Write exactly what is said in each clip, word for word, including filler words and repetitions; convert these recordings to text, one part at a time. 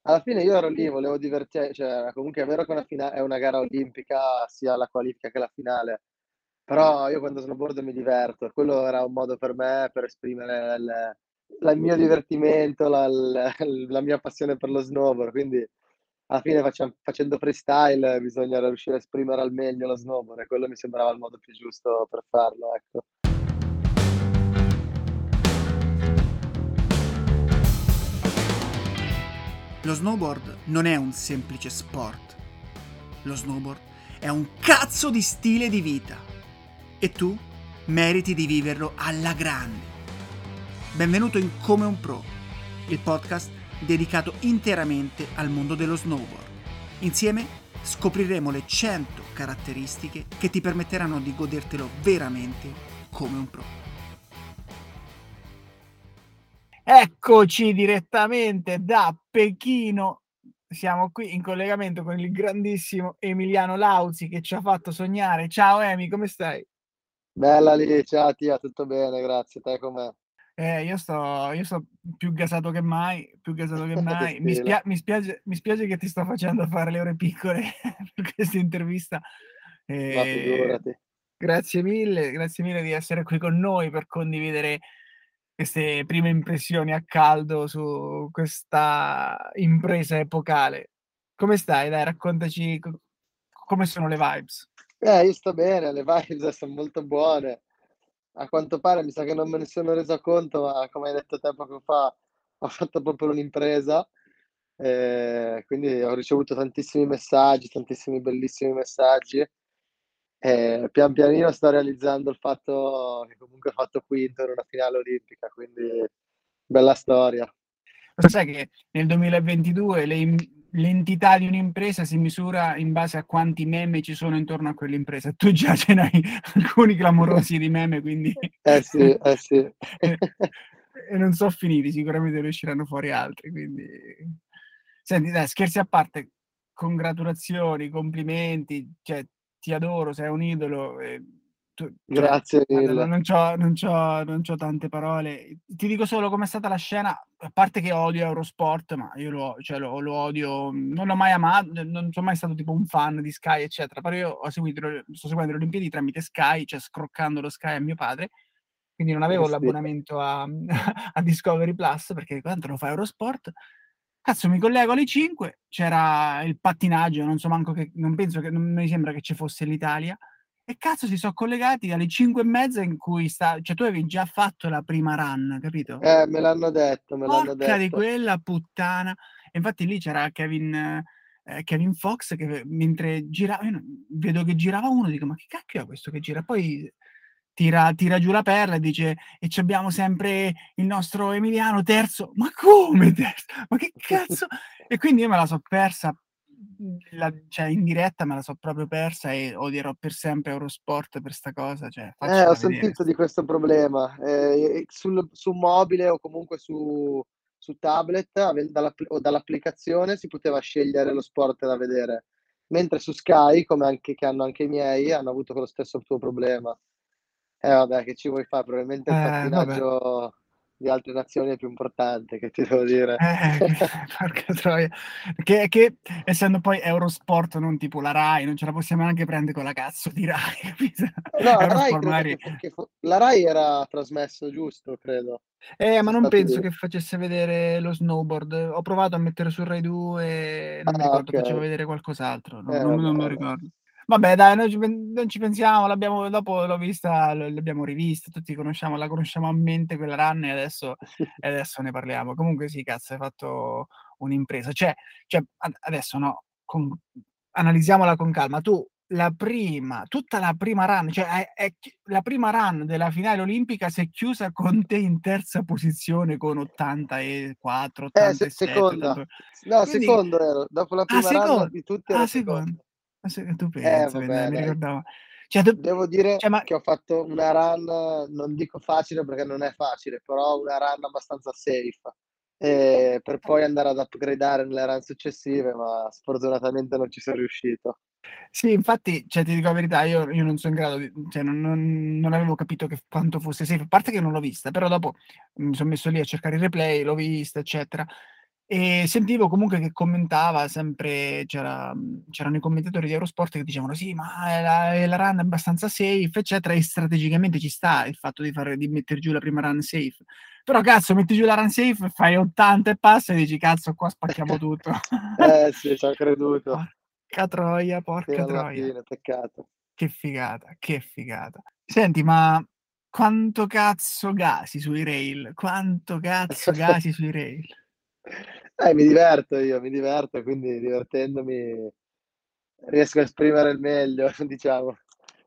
Alla fine io ero lì, volevo divertir cioè comunque è vero che è una fina è una gara olimpica, sia la qualifica che la finale, però io quando snowboardo mi diverto, quello era un modo per me per esprimere il la il mio divertimento, la l la mia passione per lo snowboard, quindi alla fine facciam facendo freestyle bisogna riuscire a esprimere al meglio lo snowboard e quello mi sembrava il modo più giusto per farlo, ecco. Lo snowboard non è un semplice sport. Lo snowboard è un cazzo di stile di vita. E tu meriti di viverlo alla grande. Benvenuto in Come un Pro, il podcast dedicato interamente al mondo dello snowboard. Insieme scopriremo le cento caratteristiche che ti permetteranno di godertelo veramente come un pro. Eccoci direttamente da Pechino. Siamo qui in collegamento con il grandissimo Emiliano Lauzi che ci ha fatto sognare. Ciao Emi, come stai? Bella lì, ciao Tia, tutto bene, grazie. Te com'è? Eh, io sto io sto più gasato che mai, più gasato che Che mai. Mi stile. spia mi spiace mi spiace che ti sto facendo fare le ore piccole per questa intervista. Ma Ehm, figurati. grazie mille, grazie mille di essere qui con noi per condividere queste prime impressioni a caldo su questa impresa epocale. Come stai? Dai, raccontaci co come sono le vibes. Eh, io sto bene, le vibes son molto buone. A quanto pare mi sa che non me ne sono reso conto, ma come hai detto te poco fa, ho fatto proprio un'impresa, ehm, quindi ho ricevuto tantissimi messaggi, tantissimi bellissimi messaggi, e pian pianino sto realizzando il fatto che comunque ho fatto quinto in una finale olimpica, quindi bella storia. Lo sai che nel duemilaventidue le im l'entità di un'impresa si misura in base a quanti meme ci sono intorno a quell'impresa. Tu già ce n'hai alcuni clamorosi di meme, quindi Eh sì, eh sì. e e non so finiti, sicuramente ne usciranno fuori altri, quindi senti dai, scherzi a parte, congratulazioni, complimenti, cioè ti adoro, sei un idolo, ehm, tu cioè Grazie guarda, no mille. non c'ho non c'ho non c'ho tante parole. Ti dico solo com'è stata la scena, a parte che odio Eurosport, ma io lo cioè lo lo odio, non l'ho mai ama n non son mai stato tipo un fan di Sky, eccetera, però io ho seguito le sto seguendo le Olimpiadi tramite Sky, cioè scroccando lo Sky a mio padre, quindi non Che avevo stile. l'abbonamento a a Discovery Plus, perché tanto lo fa Eurosport. Cazzo, mi collego alle cinque, c'era il pattinaggio, non so manco che non penso che non mi sembra che ci fosse l'Italia, e cazzo si so' collegati alle cinque e mezza in cui sta cioè tu avevi già fatto la prima run, capito? Eh, me l'hanno detto, me l'hanno Porca di detto. quella puttana! E infatti lì c'era Kevin ehm, Kevin Fox che mentre gira io non vedo che girava uno, dico: "Ma che cacchio è questo che gira?" Poi tira tira giù la perla e dice: "E c'abbiamo sempre il nostro Emiliano terzo." Ma come terzo? Ma che cazzo? E quindi io me la so persa, mhmm, la cioè in diretta me la so proprio persa e odierò per sempre Eurosport per 'sta cosa, cioè Eh, ho faccela vedere sentito 'sta. di questo problema. Ehm, e sul su mobile o comunque su su tablet aven dall'app o dall'applicazione si poteva scegliere lo sport da vedere, mentre su Sky, come anche che hanno anche i miei, hanno avuto quello stesso tuo problema. Eh, vabbè, che ci vuoi fare? Probabilmente il Eh, vabbè. pattinaggio di altre nazioni è più importante, che ti devo dire. Eh, porca troia. Che che essendo poi Eurosport, non tipo la Rai, non ce la possiamo neanche prendere con la cazzo di Rai, capito? No, la Rai Eurosport credo magari che fo che fo la Rai era trasmesso giusto, credo. eh, ma Son non penso stati che facesse vedere lo snowboard. Ho provato a mettere su Rai due, non mi ah, ricordo, faceva okay. vedere qualcos'altro, non Eh, non vabbè, non me lo vabbè. ricordo. Vabbè dai, noi ci pen non ci pensiamo, l'abbiamo dopo l'ho vista l l'abbiamo rivista, tutti conosciamo la conosciamo a mente quella run e adesso e adesso ne parliamo. Comunque sì, cazzo, hai fatto un'impresa. Cioè cioè ad adesso no, con analizziamola con calma. Tu la prima tutta la prima run, cioè è è chi la prima run della finale olimpica si è chiusa con te in terza posizione con ottanta e quattro, Eh, se ottanta e sette, seconda. ottanta S no, quindi secondo ero. Dopo la ah prima run secon di tutti ero ah secon secondo. ma se tu Eh, pensa, vabbè mi dai. ricordavo cioè tu Devo dire cioè ma che ho fatto una run, non dico facile perché non è facile, però una run abbastanza safe, ehm, per poi andare ad upgradare nelle run successive, ma sfortunatamente non ci son riuscito. sì, infatti, cioè ti dico la verità, io io non so in grado di cioè non non non avevo capito che quanto fosse safe, a parte che non l'ho vista, però dopo mi son messo lì a cercare i replay, l'ho vista, eccetera. E sentivo comunque che commentava sempre c'era mhmm, c'erano i commentatori di Eurosport che dicevano: "Sì, ma, ehm, la ehm, la run è abbastanza safe, eccetera, e strategicamente ci sta il fatto di fare di mettere giù la prima run safe." Però cazzo, metti giù la run safe, fai ottanta e passa e dici: "Cazzo, qua spacchiamo tutto." Eh sì, c'ho creduto. Porca troia, Fino porca alla troia. fine, peccato. Che figata, che figata. Senti, ma quanto cazzo gasi sui rail? Quanto cazzo gasi sui rail? Eh, mi diverto io, mi diverto, quindi divertendomi riesco a esprimere il meglio, diciamo.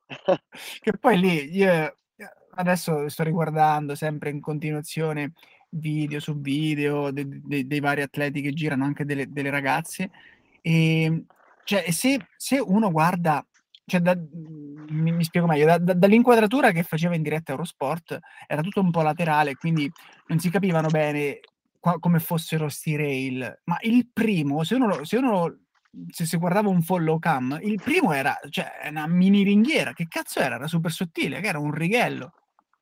Che poi lì io ehm, adesso sto riguardando sempre in continuazione video su video de de dei vari atleti che girano, anche delle delle ragazze, ehm, cioè se se uno guarda cioè da mhmm, mi mi spiego meglio, da da dall'inquadratura che faceva in diretta Eurosport era tutto un po' laterale, quindi non si capivano bene qua come fossero 'sti rail, ma il primo se uno lo se uno se si guardava un follow cam, il primo era cioè è 'na mini ringhiera, che cazzo era? Era super sottile, che era un righello.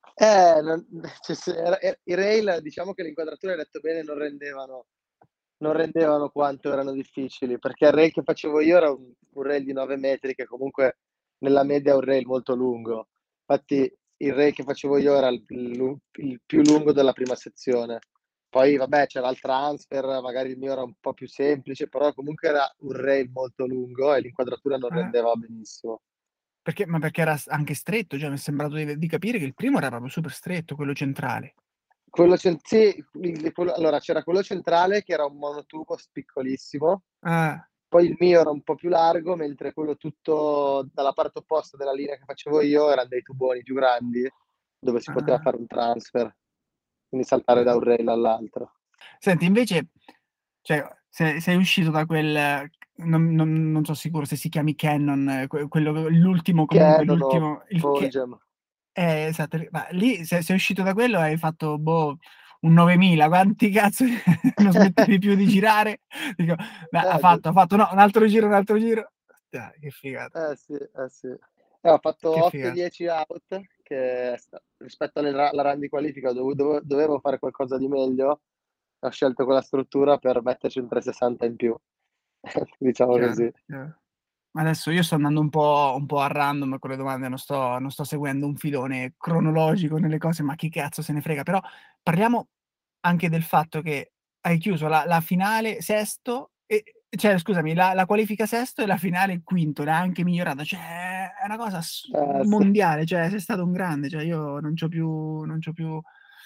Eh, non cioè se era e i rail diciamo che le inquadrature, hai detto bene, non rendevano non rendevano quanto erano difficili, perché il rail che facevo io era un un rail di nove metri che comunque nella media è un rail molto lungo. Fatti il rail che facevo io era il il lu il più lungo della prima sezione. Poi vabbè c'era il transfer, magari il mio era un po' più semplice, però comunque era un rail molto lungo e l'inquadratura non Eh. rendeva benissimo. Perché ma perché era s anche stretto? Cioè mi è sembrato di ve di capire che il primo era proprio super stretto, quello centrale. Quello cen sì, il quello allora c'era quello centrale che era un monotubo s piccolissimo, Eh. poi il mio era un po' più largo, mentre quello tutto dalla parte opposta della linea che facevo io eran dei tuboni più grandi, dove si poteva Ah. fare un transfer, quindi saltare da Ah. un rail all'altro. Senti invece, cioè sei sei uscito da quel non non non so sicuro se si chiami Cannon, que quello l'ultimo comunque Canon o l'ultimo il che Fulgem. eh, esatto, lì ma lì se sei uscito da quello hai fatto, boh, un novemila, quanti cazzo non smettevi più di girare? Dico, beh, ha Eh, giu fatto ha fatto no, un altro giro, un altro giro. Dai, che figata, eh sì, eh sì. Eh, ho fatto che otto, figata. dieci out che sta rispetto alle ra alla run di qualifica dovu dovevo dovevo fare qualcosa di meglio, ho scelto quella struttura per metterci un trecentosessanta in più, diciamo Chiaro, così. chiaro. Ma adesso io sto andando un po' un po' a random con le domande, non sto non sto seguendo un filone cronologico nelle cose, ma chi cazzo se ne frega. Però parliamo anche del fatto che hai chiuso la la finale sesto e cioè scusami, la la qualifica sesto e la finale quinto, l'hai anche migliorata. Cioè è una cosa s Eh sì. mondiale, cioè sei stato un grande, cioè io non c'ho più non c'ho più,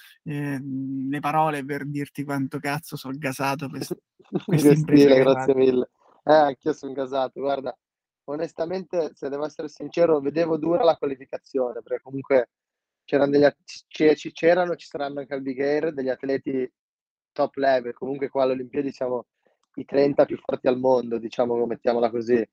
ehm, le parole per dirti quanto cazzo so' gasato per s questa Che impresa stile, che hai grazie fatto. mille. Eh, anch'io son gasato. Guarda, onestamente, se devo essere sincero, vedevo dura la qualificazione, perché comunque c'eran degli at c ce ci c'erano, ci saranno anche al Big Air, degli atleti top level. Comunque qua alle Olimpiadi siamo i trenta più forti al mondo, diciamo, mettiamola così.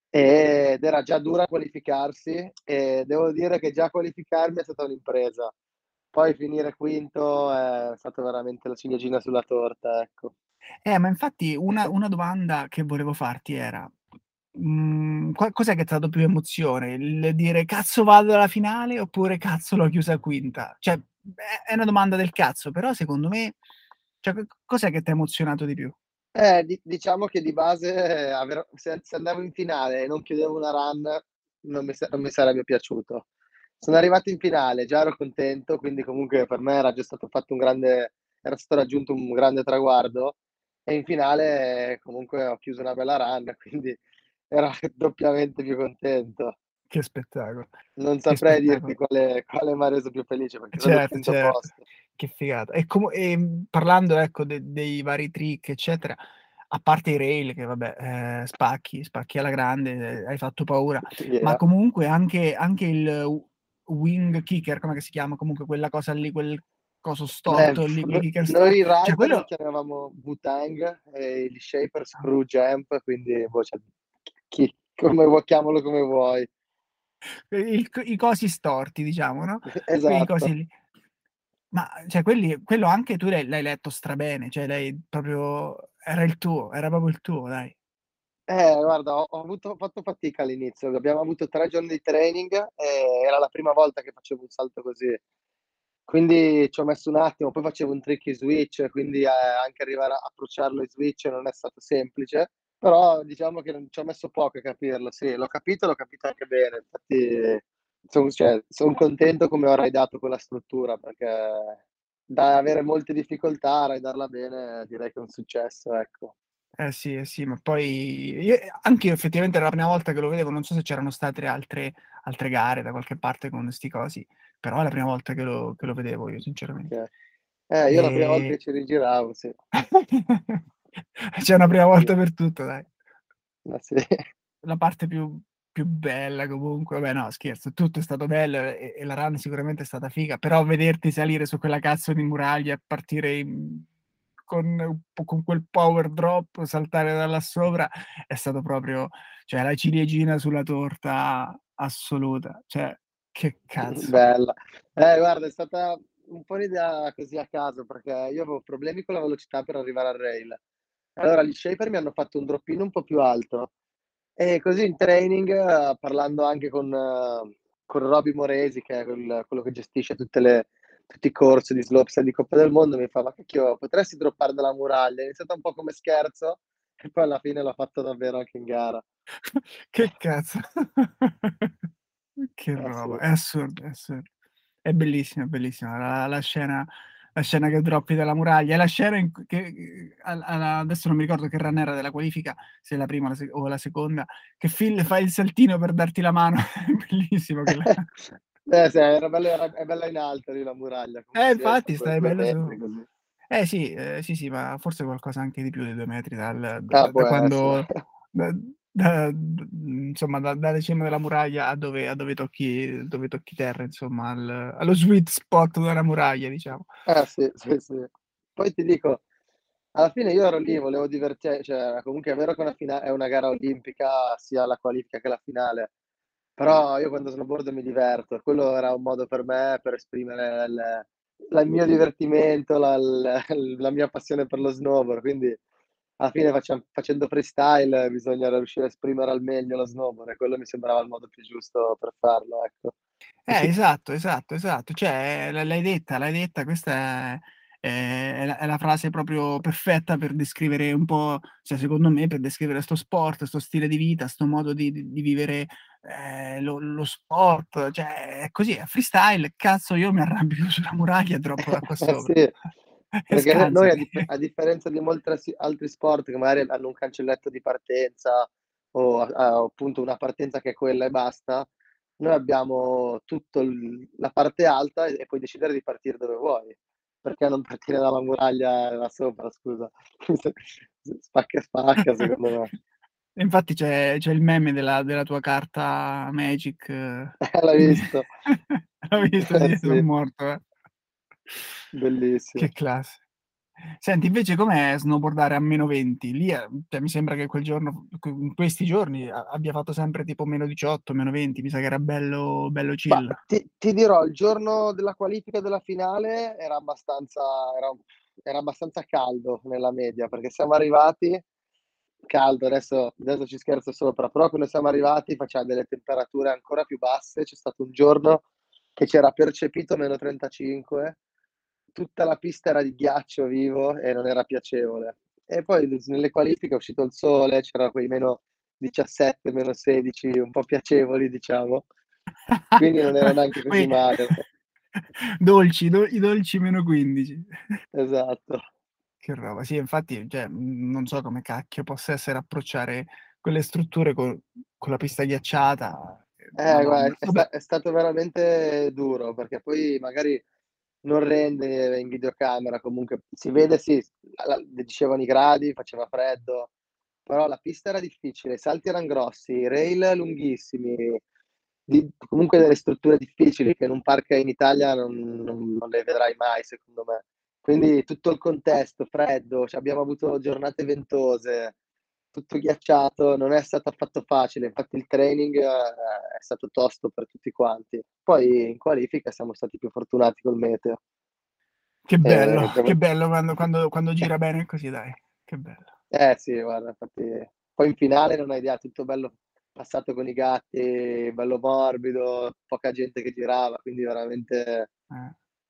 Ed era già dura qualificarsi e devo dire che già qualificarmi è stata un'impresa. Poi finire quinto è stato veramente la ciliegina sulla torta, ecco. Eh, ma infatti una una domanda che volevo farti era, mhmm, qua cos'è che t'ha dato più emozione? Il dire: "Cazzo vado alla finale" oppure: "Cazzo l'ho chiusa quinta"? Cioè, è è una domanda del cazzo, però secondo me cioè c cos'è che t'ha emozionato di più? Eh, di diciamo che di base aver se se andavo in finale e non chiudevo una run non mi sa non mi sarebbe piaciuto. Sono arrivato in finale, già ero contento, quindi comunque per me era già stato fatto un grande era stato raggiunto un grande traguardo e in finale comunque ho chiuso una bella run, quindi ero doppiamente più contento. Che spettacolo, Non che saprei dirti spettacolo. quale quale m'ha reso più felice perché quello è il Certo, quinto certo. posto. Che figata. E comu ehm, parlando ecco de dei vari trick eccetera, a parte i rail che vabbè, ehm, spacchi, spacchi alla grande, ehm, hai fatto paura, ma Yeah. comunque anche anche il w wing kicker, com'è che si chiama, comunque quella cosa lì, quel coso Eh, storto lì, quel no kicker noi storto, i cioè rider li quello chiamavamo Wu-Tang e gli shaper ah, screw jump, quindi boh, cioè chi come vuoi chiamalo come vuoi. il c i cosi storti diciamo, no, quei cosi Esatto. lì. Ma cioè quelli quello anche tu l'hai l'hai letto strabene, cioè l'hai proprio era il tuo, era proprio il tuo, dai. Eh, guarda, ho ho avuto ho fatto fatica all'inizio. Abbiamo avuto tre giorni di training e era la prima volta che facevo un salto così. Quindi ci ho messo un attimo, poi facevo un tricky switch, quindi, ehm, anche arrivare a approcciarlo in switch non è stato semplice, però diciamo che non ci ho messo poco a capirlo, sì, l'ho capito, l'ho capito anche bene. Infatti son cioè, son contento come ho ridato quella struttura, perché da avere molte difficoltà a ridarla bene direi che è un successo, ecco. Eh sì, eh sì, ma poi io ehm, anch'io effettivamente era la prima volta che lo vedevo, non so se c'erano state altre altre gare da qualche parte con 'sti cosi, però è la prima volta che lo che lo vedevo io sinceramente. Okay. Eh, io la prima volta Ehm che ci rigiravo, sì. C'è una prima Sì. volta per tutto dai. Ma sì. La parte più più bella comunque vabbè no scherzo, tutto è stato bello e e la run sicuramente è stata figa, però vederti salire su quella cazzo di muraglia e partire in con un po' con quel power drop, saltare da là sopra è stato proprio cioè la ciliegina sulla torta assoluta. Cioè, che cazzo. Bella. Eh guarda, è stata un po' un'idea così a caso, perché io avevo problemi con la velocità per arrivare al rail. Allora gli shaper mi hanno fatto un drop in un po' più alto e così in training, eh, parlando anche con eh, con Roby Moresi, che è quel quello che gestisce tutte le tutti i corsi di slopestyle di Coppa del Mondo, mi fa: "Ma cacchio, potresti droppare dalla muraglia?" È iniziata un po' come scherzo e poi alla fine l'ho fatto davvero anche in gara. Che cazzo. Che Eh roba, sì. è assurdo, è assurdo. È bellissima, è bellissima. La la scena la scena che droppi dalla muraglia e la scena in c che al alla adesso non mi ricordo che run era della qualifica, se la prima o la se o la seconda, che Phil fa il saltino per darti la mano. È bellissimo quella Eh sì, era bella era è bella in alto lì la muraglia, comunque eh si alza infatti quei stai due bello metri su. così. Eh sì, ehm, sì, sì, ma forse qualcosa anche di più di due metri dal da Ah, da può da essere. quando da da d mhmm, insomma da dalle cime della muraglia a dove a dove tocchi dove tocchi terra insomma, al allo sweet spot della muraglia diciamo. Eh sì, sì, sì. Poi ti dico, alla fine io ero lì, volevo divertia cioè comunque è vero che è una fina è una gara olimpica, sia la qualifica che la finale, però io quando snowboardo mi diverto, quello era un modo per me per esprimere il la il mio divertimento, la l la mia passione per lo snowboard, quindi alla fine facciam facendo freestyle bisogna riuscire a esprimere al meglio lo snowboard e quello mi sembrava il modo più giusto per farlo, ecco. Eh, esatto, esatto, esatto. Cioè, l l'hai detta, l'hai detta, questa è è la è la frase proprio perfetta per descrivere un po' cioè secondo me per descrivere 'sto sport, 'sto stile di vita, 'sto modo di di di vivere, ehm, lo lo sport, cioè è così, è freestyle, cazzo io mi arrampicco sulla muraglia e droppo da qua Eh sopra. sì, E perché no noi a scansati. dif a differenza di moltasi altri sport che magari hanno un cancelletto di partenza o a a appunto una partenza che è quella e basta, noi abbiamo tutto il la parte alta e e puoi decidere di partire dove vuoi. Perché non partire dalla muraglia là sopra scusa? S spacca e spacca secondo me. E infatti c'è c'è il meme della della tua carta Magic, Eh, l'hai quindi visto? l'ho visto, Eh sì, son sì, morto, eh. Che bellissimo. classe. Senti, invece com'è snowboardare a meno venti? Lì è cioè mi sembra che quel giorno q in questi giorni a abbia fatto sempre tipo meno diciotto, meno venti, mi sa che era bello bello Ma chill. ti ti dirò, il giorno della qualifica della finale era abbastanza era un era abbastanza caldo nella media, perché siamo arrivati caldo, adesso adesso ci scherzo sopra, però quando siamo arrivati faceva delle temperature ancora più basse. C'è stato un giorno che c'era percepito meno trentacinque, tutta la pista era di ghiaccio vivo e non era piacevole. E poi s nelle qualifiche è uscito il sole, c'era quei meno diciassette, meno sedici, un po' piacevoli diciamo, quindi non era neanche così Poi male. dolci, do i dolci meno quindici. Esatto. Che roba. Sì, infatti, cioè, mhmm, non so come cacchio possa essere approcciare quelle strutture co con la pista ghiacciata, ehm, Eh madonna. guarda, è Vabbè sta è stato veramente duro, perché poi magari non rende in videocamera, comunque si vede sì, s la dicevano i gradi, faceva freddo, però la pista era difficile, i salti eran grossi, i rail lunghissimi, di comunque delle strutture difficili che in un park in Italia non non non le vedrai mai secondo me. Quindi tutto il contesto, freddo, cioè abbiamo avuto giornate ventose, tutto ghiacciato, non è stato affatto facile, infatti il training, ehm, è stato tosto per tutti quanti. Poi in qualifica siamo stati più fortunati col meteo. che bello, Ehm, dove che bello quando quando quando gira bene così dai, che bello. eh sì, guarda, infatti poi in finale non hai idea, tutto bello passato con i gatti, bello morbido, poca gente che girava, quindi veramente Eh.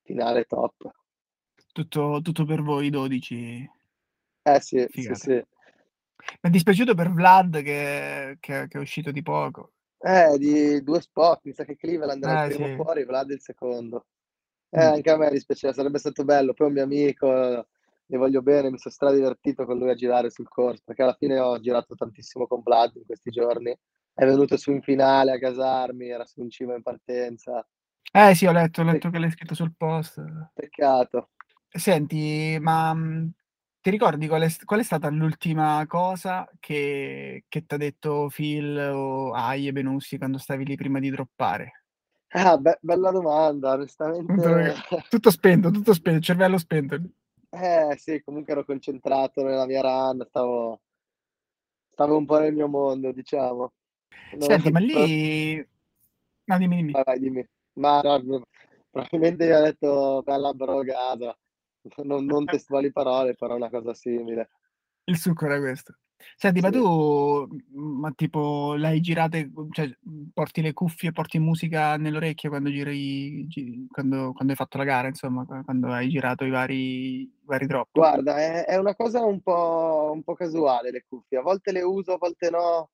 finale top. Tutto tutto per voi dodici. Eh sì, sì, Figata. sì. M'è dispiaciuto per Vlad che che che è uscito di poco. Eh, di due spot, mi sa che Cleveland era il Eh primo sì. fuori, Vlad il secondo. Eh, Mh. anche a me dispiaceva, sarebbe stato bello. Poi è un mio amico, gli voglio bene, mi son stradivertito con lui a girare sul course, perché alla fine ho girato tantissimo con Vlad in questi giorni. È venuto su in finale a gasarmi, era su in cima in partenza. Eh sì, ho letto ho Pe letto che l'hai scritto sul post. peccato. Senti, ma, mhmm, ti ricordi qual è st qual è stata l'ultima cosa che che t'ha detto Phil o Aje Benussi quando stavi lì prima di droppare? Ah, be bella domanda, onestamente. Tutto spento, tutto spento, cervello spento. Eh sì, comunque ero concentrato nella mia run, stavo stavo un po' nel mio mondo, diciamo. No, Senti, ma pro lì no, dimmi, dimmi. vai, vai, dimmi. Ma no, no, probabilmente gli ho detto: "Bella bro, gasa." Non non testuali parole, però una cosa simile. Il succo era questo. Senti, ma Sì. tu, mhmm, ma tipo l'hai girate cu cioè, mhmm, porti le cuffie, porti musica nelle orecchie quando giri gi quando quando hai fatto la gara, insomma, qua quando hai girato i vari i vari drop? Guarda, è è una cosa un po' un po' casuale le cuffie. A volte le uso, a volte no.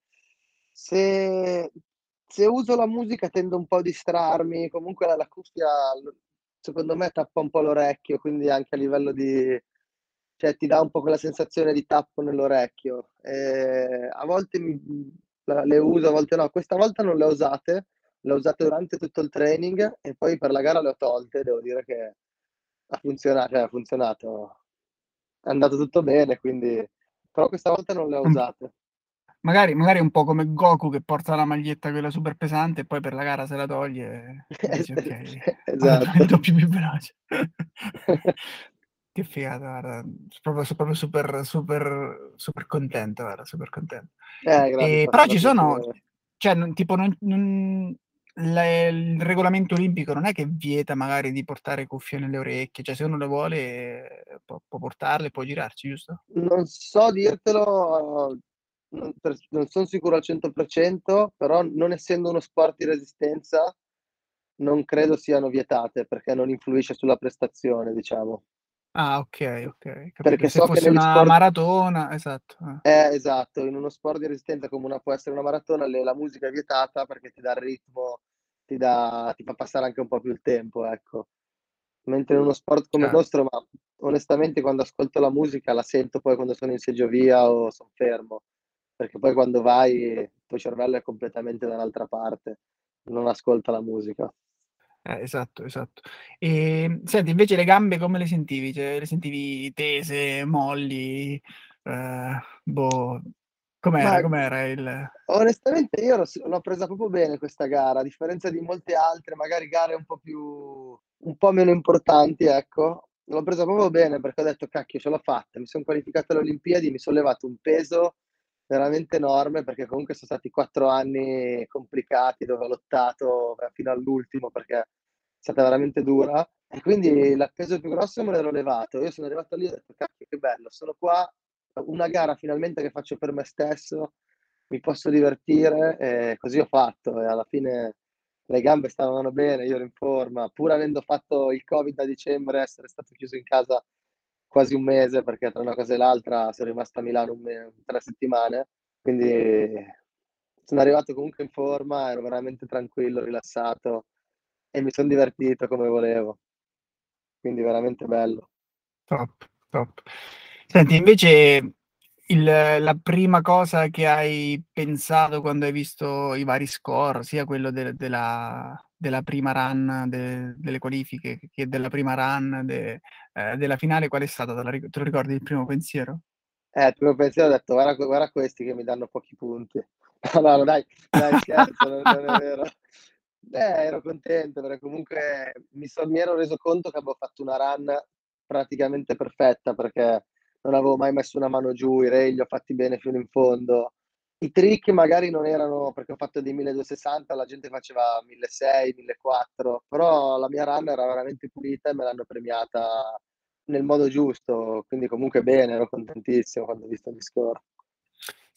Se se uso la musica tendo un po' a distrarmi, comunque la la cuffia l secondo me tappa un po' l'orecchio, quindi anche a livello di cioè ti dà un po' quella sensazione di tappo nell'orecchio. Ehm, a volte mi mhmm, la le uso, a volte no. Questa volta non le ho usate, le ho usate durante tutto il training e poi per la gara le ho tolte. Devo dire che ha funziona cioè ha funzionato. È andato tutto bene, quindi però questa volta non le ho Un p usate. magari magari è un po' come Goku che porta la maglietta quella super pesante e poi per la gara se la toglie e Es dici: es "Okay, vado a fare il esatto. doppio più veloce." Che figata, guarda, so proprio so proprio super super super contento, guarda, super contento. Eh, gra mi Ehm, fa mi però fa ci sono piacere. cioè non tipo non non le il regolamento olimpico non è che vieta magari di portare cuffie nelle orecchie, cioè se uno le vuole può può portarle, può girarci, giusto? Non so dirtelo, non per s non son sicuro al cento per cento, però non essendo uno sport di resistenza, non credo siano vietate, perché non influisce sulla prestazione, diciamo. Ah, okay, okay, capito. Perché Se so che fosse negli una sport maratona esatto, eh. eh, esatto, in uno sport di resistenza come una può essere una maratona, le la musica è vietata perché ti dà il ritmo, ti dà ti fa passare anche un po' più il tempo, ecco. Mentre in uno sport come il Chiaro. nostro, ma onestamente quando ascolto la musica la sento poi quando sono in seggiovia o son fermo, perché poi quando vai il tuo cervello è completamente da un'altra parte, non ascolta la musica. Eh, esatto, esatto. Ehm, senti invece le gambe come le sentivi? Cioè le sentivi tese, molli, ehm, boh, Ma, com'era mhmm, com'era il onestamente io l'ho s l'ho presa proprio bene questa gara, a differenza di molte altre, magari gare un po' più un po' meno importanti, ecco, l'ho presa proprio bene perché ho detto: "Cacchio, ce l'ho fatta, mi son qualificato alle Olimpiadi, mi son levato un peso veramente enorme", perché comunque son stati quattro anni complicati dove ho lottato f fino all'ultimo perché è stata veramente dura e quindi il peso più grosso me l'ero levato. Io sono arrivato lì e ho detto: "Cacchio, che bello, sono qua, una gara finalmente che faccio per me stesso, mi posso divertire", e così ho fatto e alla fine le gambe stavano bene, io ero in forma, pur avendo fatto il Covid a dicembre, essere stato chiuso in casa quasi un mese, perché tra una cosa e l'altra son rimasto a Milano un me tre settimane, quindi sono arrivato comunque in forma, ero veramente tranquillo, rilassato e mi son divertito come volevo. Quindi veramente bello. top, top. Senti invece il la prima cosa che hai pensato quando hai visto i vari score, sia quello de della della prima run de delle qualifiche che della prima run de ehm, della finale, qual è stata? Te la ri te lo ricordi il primo pensiero? Eh, il primo pensiero ho detto: "Guarda q guarda questi che mi danno pochi punti." No, no, dai, dai scherzo, non non è vero. Eh, ero contento perché comunque mi son mi ero reso conto che avevo fatto una run praticamente perfetta, perché non avevo mai messo una mano giù, i rail li ho fatti bene fino in fondo. I trick magari non erano perché ho fatto dei milleduecentosessanta, la gente faceva milleseicento, millequattrocento, però la mia run era veramente pulita e me l'hanno premiata nel modo giusto, quindi comunque bene, ero contentissimo quando ho visto gli score.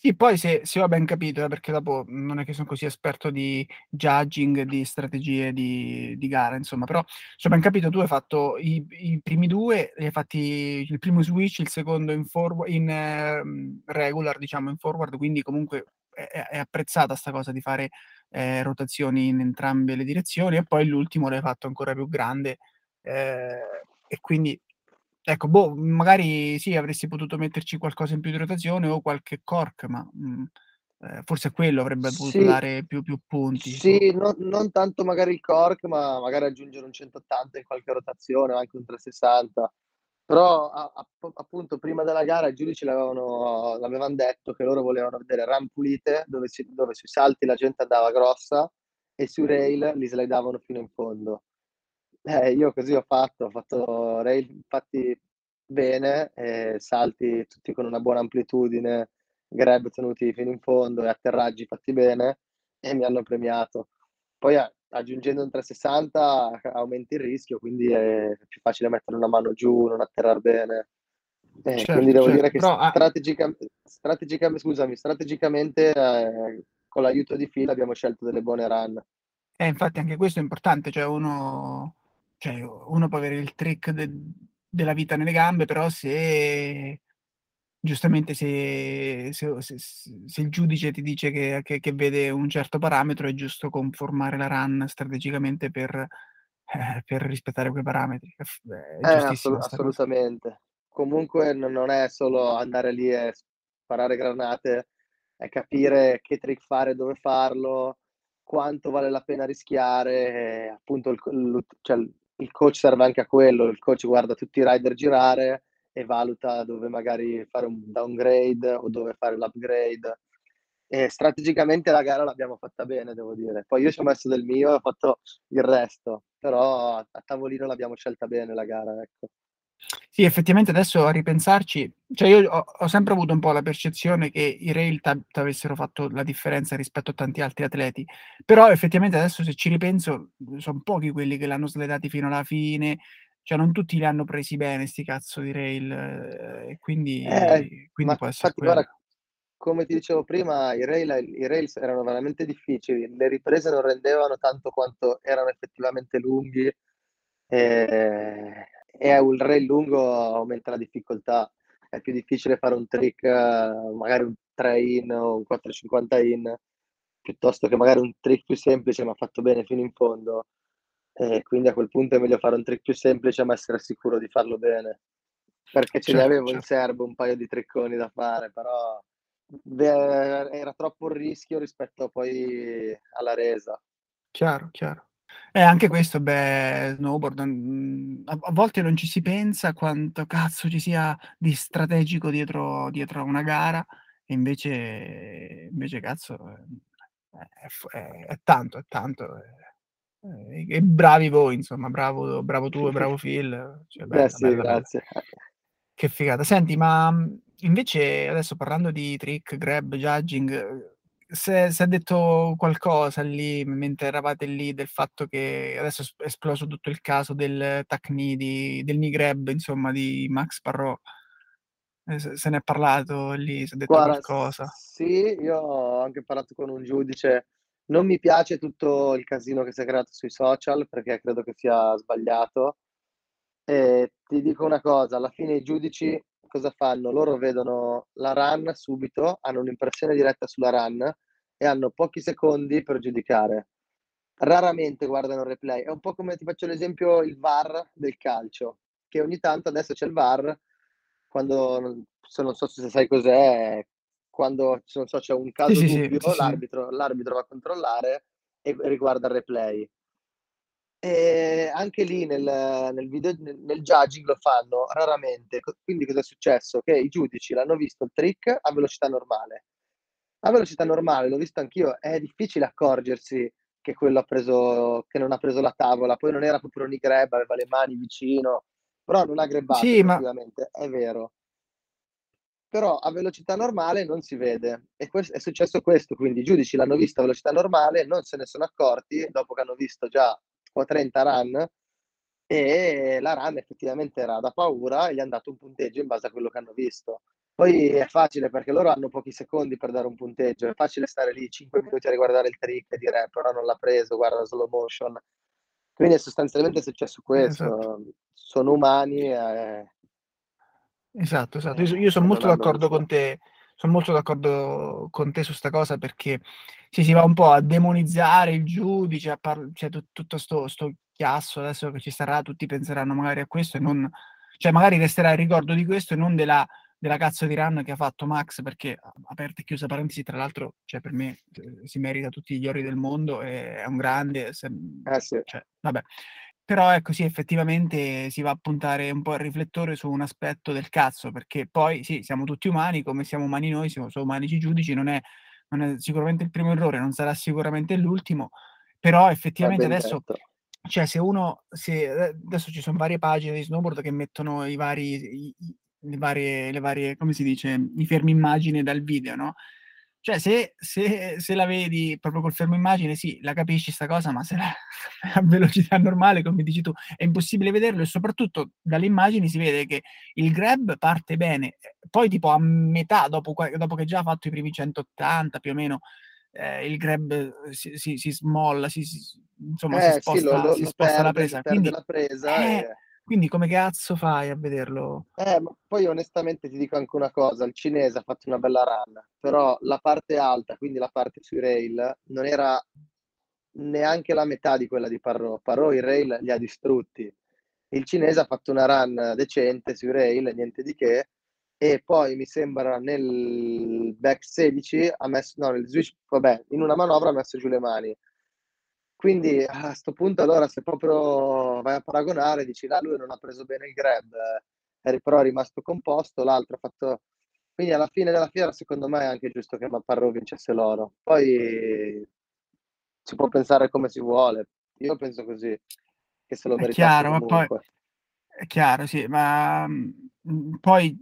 Sì, poi se se ho ben capito, eh, perché dopo non è che son così esperto di judging, di strategie di di gara, insomma, però se ho ben capito tu hai fatto i i primi due, li hai fatti il primo switch, il secondo in forwa in, mhmm, regular, diciamo in forward, quindi comunque è è è apprezzata 'sta cosa di fare, ehm, rotazioni in entrambe le direzioni, e poi l'ultimo l'hai fatto ancora più grande, ehm, e quindi ecco, boh, magari sì, avresti potuto metterci qualcosa in più di rotazione o qualche cork, ma, mhmm, ehm, forse quello avrebbe potuto Sì, dare più più punti, boh. sì, non non tanto magari il cork, ma magari aggiungere un centottanta in qualche rotazione o anche un trecentosessanta. Però a app appunto prima della gara i giudici l'avevano l'avevan detto che loro volevano vedere run pulite, dove si dove sui salti la gente andava grossa e sui rail li slidavano fino in fondo. Eh, io così ho fatto, ho fatto rail fatti bene, ehm, salti tutti con una buona amplitudine, grab tenuti fino in fondo e atterraggi fatti bene e mi hanno premiato. Poi a aggiungendo un trecentosessanta a aumenti il rischio, quindi è più facile mettere una mano giù, non atterrar bene. Eh, quindi Certo, devo dire certo, che però a strategicam strategicam scusami, strategicamente, ehm, con l'aiuto di Phil abbiamo scelto delle buone run. eh, infatti anche questo è importante, cioè uno cioè uno può avere il trick de della vita nelle gambe, però se giustamente se se o se s se il giudice ti dice che che che vede un certo parametro, è giusto conformare la run strategicamente per eh, per rispettare quei parametri. È f è Eh, assolu giustissima 'sta cosa. assolutamente. Comunque no non è solo andare lì e sparare granate, è capire che trick fare, dove farlo, quanto vale la pena rischiare, e appunto il co lu cioè il il coach serve anche a quello, il coach guarda tutti i rider girare e valuta dove magari fare un downgrade o dove fare l'upgrade. E strategicamente la gara l'abbiamo fatta bene, devo dire. Poi io ci ho messo del mio e ho fatto il resto, però a a tavolino l'abbiamo scelta bene la gara, ecco. Sì, effettivamente adesso a ripensarci, cioè io ho ho sempre avuto un po' la percezione che i rail t'ab t'avessero fatto la differenza rispetto a tanti altri atleti, però effettivamente adesso se ci ripenso, mhmm, son pochi quelli che l'hanno sledati fino alla fine, cioè non tutti li hanno presi bene 'sti cazzo di rail, ehm, e Eh, quindi ma quindi può esser infatti guarda, quello. come ti dicevo prima, i rail i rails erano veramente difficili, le riprese non rendevano tanto quanto erano effettivamente lunghi, ehm, e un rail lungo aumenta la difficoltà. È più difficile fare un trick, eh, magari un tre in o un quattrocentocinquanta in, piuttosto che magari un trick più semplice ma fatto bene fino in fondo. E quindi a quel punto è meglio fare un trick più semplice, ma essere sicuro di farlo bene. Perché ce li Certo, avevo in cer serbo un paio di tricconi da fare, però ve era troppo il rischio rispetto poi alla resa. chiaro, chiaro. Eh, anche questo, beh, snowboard, mhmm, a a volte non ci si pensa quanto cazzo ci sia di strategico dietro dietro a una gara, e invece invece cazzo, ehm, è f è è tanto, è tanto, e e bravi voi insomma, bravo bravo tu e bravo Phil, cioè Eh bella, sì, bella, bella. grazie. Che figata. Senti, ma, mhmm, invece adesso parlando di trick, grab, judging, uhm, s'è s'è detto qualcosa lì mentre eravate lì del fatto che adesso è es esploso tutto il caso del tuck knee di del knee grab insomma di Max Parrot. Ehm, se se n'è parlato lì, s'è detto Guarda, s qualcosa? sì, io ho anche parlato con un giudice. Non mi piace tutto il casino che si è creato sui social, perché credo che sia sbagliato. E ti dico una cosa, alla fine i giudici cosa fanno? Loro vedono la run subito, hanno un'impressione diretta sulla run e hanno pochi secondi per giudicare. Raramente guardano il replay. È un po' come ti faccio l'esempio il V A R del calcio, che ogni tanto adesso c'è il V A R, quando non se non so se sai cos'è, quando c non so, c'è un Sì, caso sì, sì, dubbio, sì, sì. l'arbitro l'arbitro va a controllare e riguarda il replay. Ehm, anche lì nel nel video nel nel judging lo fanno raramente. Co quindi cosa è successo? Che i giudici l'hanno visto il trick a velocità normale. A velocità normale, l'ho visto anch'io, è difficile accorgersi che quello ha preso che non ha preso la tavola, poi non era proprio un knee grab, aveva le mani vicino, però non ha grabbato Sì, ma effettivamente, è vero. Però a velocità normale non si vede e ques è successo questo, quindi i giudici l'hanno visto a velocità normale, non se ne sono accorti dopo che hanno visto già tipo trenta run E la run effettivamente era da paura e gli han dato un punteggio in base a quello che hanno visto. Poi è facile perché loro hanno pochi secondi per dare un punteggio, è facile stare lì cinque minuti a riguardare il trick e dire: "Eh, però non l'ha preso, guarda la slow motion". Quindi sostanzialmente è successo Esatto. questo. Sono umani e Esatto, esatto. Io so io eh, son e non molto hanno d'accordo visto. con te, son molto d'accordo con te su 'sta cosa perché sì, si va un po' a demonizzare il giudice, a par cioè tu tutto sto sto chiasso adesso che ci sarà, tutti penseranno magari a questo e non cioè magari resterà il ricordo di questo e non della della cazzo di run che ha fatto Max perché, a aperta e chiusa parentesi, tra l'altro, cioè per me, ehm, si merita tutti gli ori del mondo, e è un grande, se mhmm, Eh sì, cioè vabbè. Però ecco sì, effettivamente si va a puntare un po' il riflettore su un aspetto del cazzo, perché poi sì, siamo tutti umani, come siamo umani noi, siamo sono umani i giudici, non è non è sicuramente il primo errore, non sarà sicuramente l'ultimo, però è effettivamente ben adesso detto. cioè se uno se a adesso ci son varie pagine di snowboard che mettono i vari i i le varie le varie come si dice, i fermi immagine dal video, no, cioè se se se la vedi proprio col fermo immagine sì, la capisci 'sta cosa, ma se la a velocità normale, come dici tu, è impossibile vederlo e soprattutto dalle immagini si vede che il grab parte bene, e poi tipo a metà, dopo qua dopo che già ha fatto i primi centottanta più o meno, ehm, il grab, uhm, si si si smolla, si si s insomma si Eh sì, lo sposta lo si lo sposta la perde presa. perde Quindi la presa eh, e quindi come cazzo fai a vederlo? eh, ma poi onestamente ti dico anche una cosa, il cinese ha fatto una bella run, però la parte alta, quindi la parte sui rail, non era neanche la metà di quella di Parrot. Parrot i rail li ha distrutti. Il cinese ha fatto una run decente sui rail, niente di che, e poi mi sembra nel back sedici ha messo no, nel switch vabbè, in una manovra ha messo giù le mani. Quindi a 'sto punto allora se proprio vai a paragonare dici: "Là lui non ha preso bene il grab, è ri però è rimasto composto, l'altro ha fatto". Quindi alla fine della fiera secondo me è anche giusto che Mamparro vincesse l'oro. Poi si può pensare come si vuole. Io penso così, che se lo È meritasse chiaro, ma poi comunque. è chiaro, sì, ma, mhmm, poi,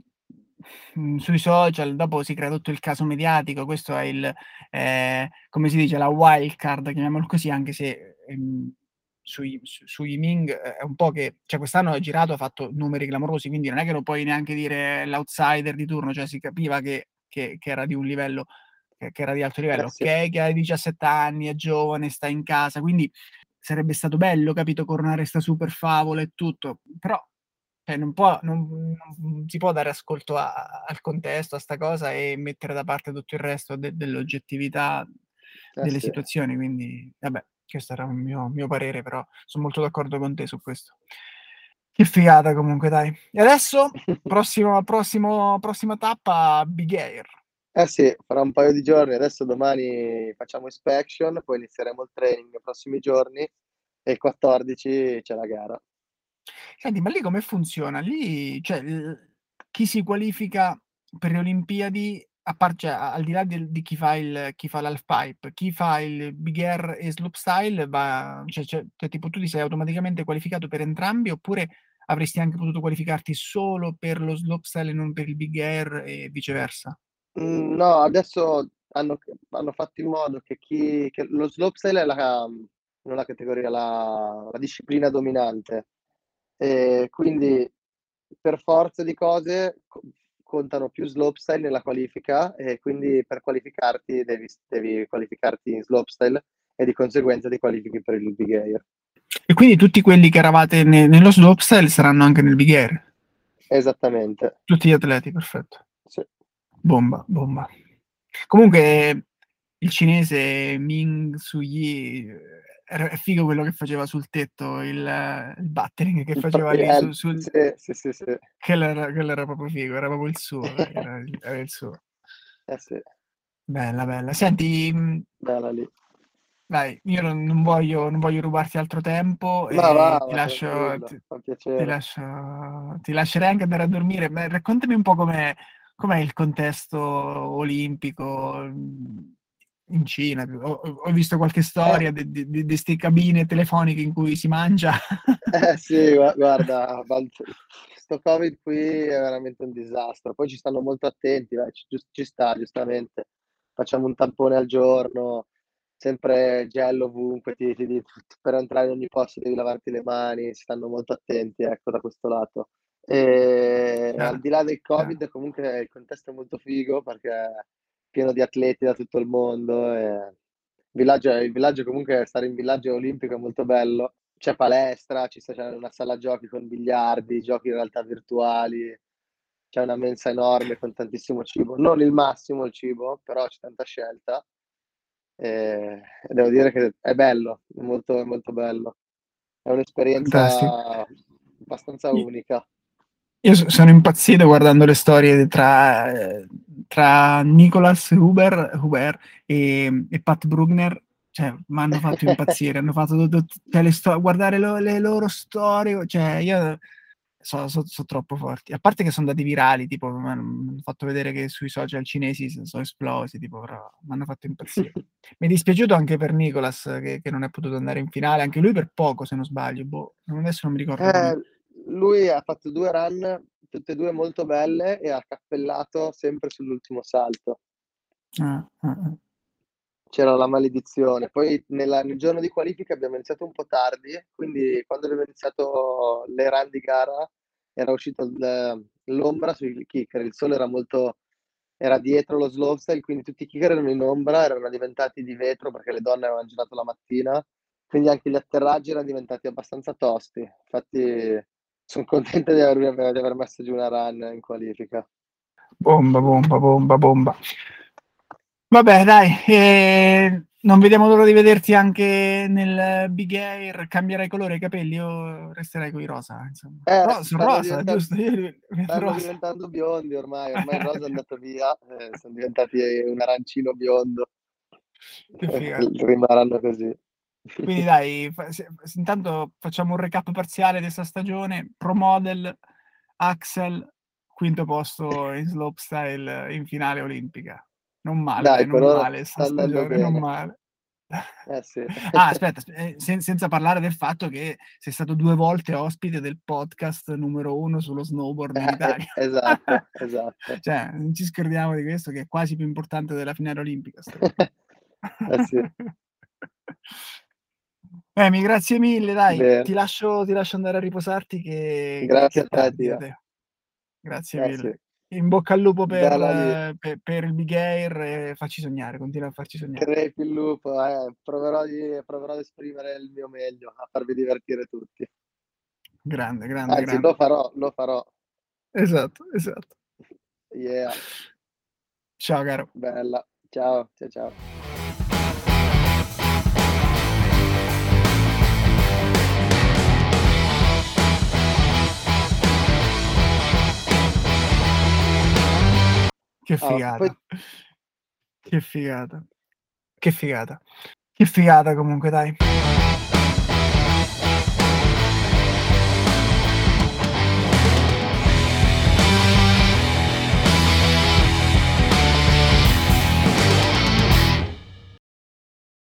mhmm, sui social dopo si crea tutto il caso mediatico, questo è il ehm, come si dice, la wild card, chiamiamolo così, anche se, ehm, sui su su Yiming è è un po' che cioè quest'anno ha girato, ha fatto numeri clamorosi, quindi non è che lo puoi neanche dire l'outsider di turno, cioè si capiva che che che era di un livello che che era di alto Eh livello. sì, Okay, che hai diciassette anni, è giovane, sta in casa, quindi sarebbe stato bello, capito, coronare 'sta super favola e tutto, però cioè non può non non si può dare ascolto a a al contesto, a 'sta cosa e mettere da parte tutto il resto de dell'oggettività eh delle sì. situazioni, quindi vabbè, questo era un mio mio parere, però son molto d'accordo con te su questo. Che figata comunque dai. E adesso prossimo prossimo prossima tappa Big Air. Eh sì, fra un paio di giorni, adesso domani facciamo inspection, poi inizieremo il training nei prossimi giorni e il quattordici c'è la gara. Senti, ma lì come funziona? Lì cioè, l chi si qualifica per le Olimpiadi, a par cioè a al di là del di chi fa il chi fa l'half pipe, chi fa il big air e slopestyle va cioè cioè cioè tipo tu ti sei automaticamente qualificato per entrambi, oppure avresti anche potuto qualificarti solo per lo slopestyle e non per il big air e viceversa? Mhmm, no, adesso hanno c hanno fatto in modo che chi che lo slopestyle è la mhmm, non la categoria, la la disciplina dominante. Ehm, quindi per forza di cose co contano più slopestyle nella qualifica e quindi per qualificarti devi s devi qualificarti in slopestyle e di conseguenza ti qualifichi per il big air. E quindi tutti quelli che eravate ne nello slopestyle saranno anche nel big air? Esattamente, Tutti gli atleti, perfetto. sì. Bomba, bomba. Comunque il cinese Ming Hsuyi, ehm, era è figo quello che faceva sul tetto, il il battering che Il pro faceva lì eh, su sul sì, sì, sì, sì. quello era quello era proprio figo, era proprio il suo, dai, era il era il suo. Eh sì, Bella, bella. Senti, mhmm, bella lì. dai, io non non voglio non voglio rubarti altro tempo Ma va, e ti ma lascio tranquillo, ti fa ti piacere. lascio ti lascerei anche andare a dormire. Ma raccontami un po' com'è com'è il contesto olimpico, mhmm, in Cina. Ho ho ho visto qualche Eh, storia de de de de 'ste cabine telefoniche in cui si mangia. eh sì, gua guarda, bant 'sto Covid qui è veramente un disastro. Poi ci stanno molto attenti, dai, ci gius ci sta giustamente. Facciamo un tampone al giorno. sempre gel ovunque, ti ti di per entrare in ogni posto devi lavarti le mani, stanno molto attenti, ecco, da questo lato. Ehm, al Chiaro, di là del chiaro. Covid comunque il contesto è molto figo perché è pieno di atleti da tutto il mondo e villaggio il villaggio comunque stare in villaggio olimpico è molto bello. C'è palestra, ci sta c'è una sala giochi con biliardi, giochi in realtà virtuali, c'è una mensa enorme con tantissimo cibo. Non il massimo il cibo, però c'è tanta scelta. Ehm, e devo dire che è bello, è molto, molto bello. È Fantastico. un'esperienza abbastanza I unica. Io so sono impazzito guardando le storie tra ehm, tra Nicolas Huber Huber, ehm, e Pat Brugner, cioè m'hanno fatto impazzire. Hanno fatto tu tut cioè le sto guardare lo le loro storie, cioè io so so so troppo forti. A parte che son andati virali, tipo m'han fatto vedere che sui social cinesi s so esplosi, tipo però m'hanno fatto impazzire. Mi è dispiaciuto anche per Nicolas che che non è potuto andare in finale, anche lui per poco se non sbaglio, boh, adesso non mi ricordo come. Eh, lui ha fatto due run, tutte e due molto belle e ha cappellato sempre sull'ultimo salto. Ah, ah-ah. C'era la maledizione. Poi nella nel giorno di qualifica abbiamo iniziato un po' tardi, quindi quando abbiamo iniziato le run di gara era uscito il l'ombra sui kicker, il sole era molto era dietro lo slopestyle, quindi tutti i kicker erano in ombra, erano diventati di vetro perché le donne avevan girato la mattina, quindi anche gli atterraggi eran diventati abbastanza tosti. Infatti son contento di aver di aver messo giù una run in qualifica. Bomba, bomba, bomba, bomba. Vabbè dai, ehm, non vediamo l'ora di vederti anche nel Big Air. Cambierai colore ai capelli o resterai coi rosa, insomma? Eh, Ro son stanno rosa, diventa giusto? Io li vedo stanno rosa. diventando biondi ormai, ormai il rosa è andato via, ehm, son diventati un arancino biondo. Che figata. Rimarranno così. Quindi dai, fa se s intanto facciamo un recap parziale de 'sta stagione: Pro Model, Axel, quinto posto in slopestyle in finale olimpica. Non male Dai, dai, per non ora male 'sta sta andando stagione, non bene. male. Eh sì. Ah, aspetta, asp ehm, sen senza parlare del fatto che sei stato due volte ospite del podcast numero uno sullo snowboard in Eh, e Italia. esatto, esatto. Cioè, non ci scordiamo di questo che è quasi più importante della finale olimpica 'sta cosa. Eh sì. Emi, grazie mille dai. Bene. Ti lascio ti lascio andare a riposarti che che che Grazie è a te, tardi da Tia. te. Grazie Eh sì. mille. In bocca al lupo per Bella lì. pe per il Big Air e facci sognare, continua a farci sognare. Crepi il lupo, eh, proverò di proverò ad esprimere il mio meglio, a farvi divertire tutti. Grande, grande, Anzi, lo grande. farò, lo farò. Esatto, esatto. Yeah. Ciao caro. Bella. Ciao, cia ciao. Che Ah, poi figata. Che figata. Che figata. Che figata comunque dai.